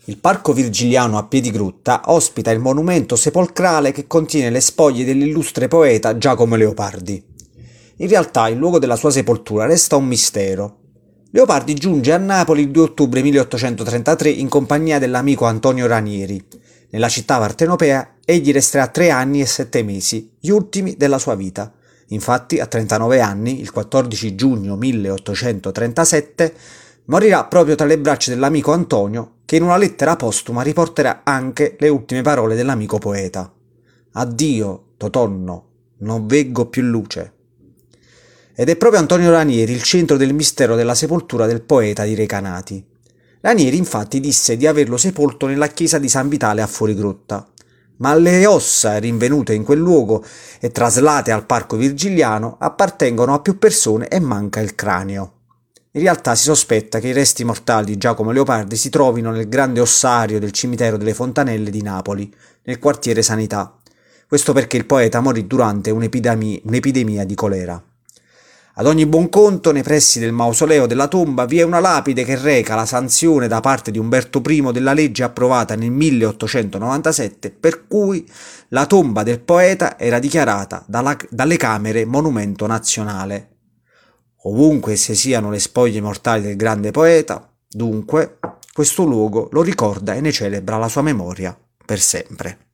Il Parco Virgiliano a Piedigrutta ospita il monumento sepolcrale che contiene le spoglie dell'illustre poeta Giacomo Leopardi. In realtà il luogo della sua sepoltura resta un mistero. Leopardi giunge a Napoli il 2 ottobre 1833 in compagnia dell'amico Antonio Ranieri. Nella città partenopea egli resterà 3 anni e 7 mesi, gli ultimi della sua vita. Infatti, a 39 anni, il 14 giugno 1837, morirà proprio tra le braccia dell'amico Antonio, che in una lettera postuma riporterà anche le ultime parole dell'amico poeta. Addio, Totonno, non veggo più luce. Ed è proprio Antonio Ranieri il centro del mistero della sepoltura del poeta di Recanati. Ranieri infatti disse di averlo sepolto nella chiesa di San Vitale a Fuorigrotta, ma le ossa rinvenute in quel luogo e traslate al Parco Virgiliano appartengono a più persone e manca il cranio. In realtà si sospetta che i resti mortali di Giacomo Leopardi si trovino nel grande ossario del cimitero delle Fontanelle di Napoli, nel quartiere Sanità. Questo perché il poeta morì durante un'epidemia di colera. Ad ogni buon conto, nei pressi del mausoleo della tomba vi è una lapide che reca la sanzione da parte di Umberto I della legge approvata nel 1897, per cui la tomba del poeta era dichiarata dalle Camere monumento nazionale. Ovunque se siano le spoglie mortali del grande poeta, dunque, questo luogo lo ricorda e ne celebra la sua memoria per sempre.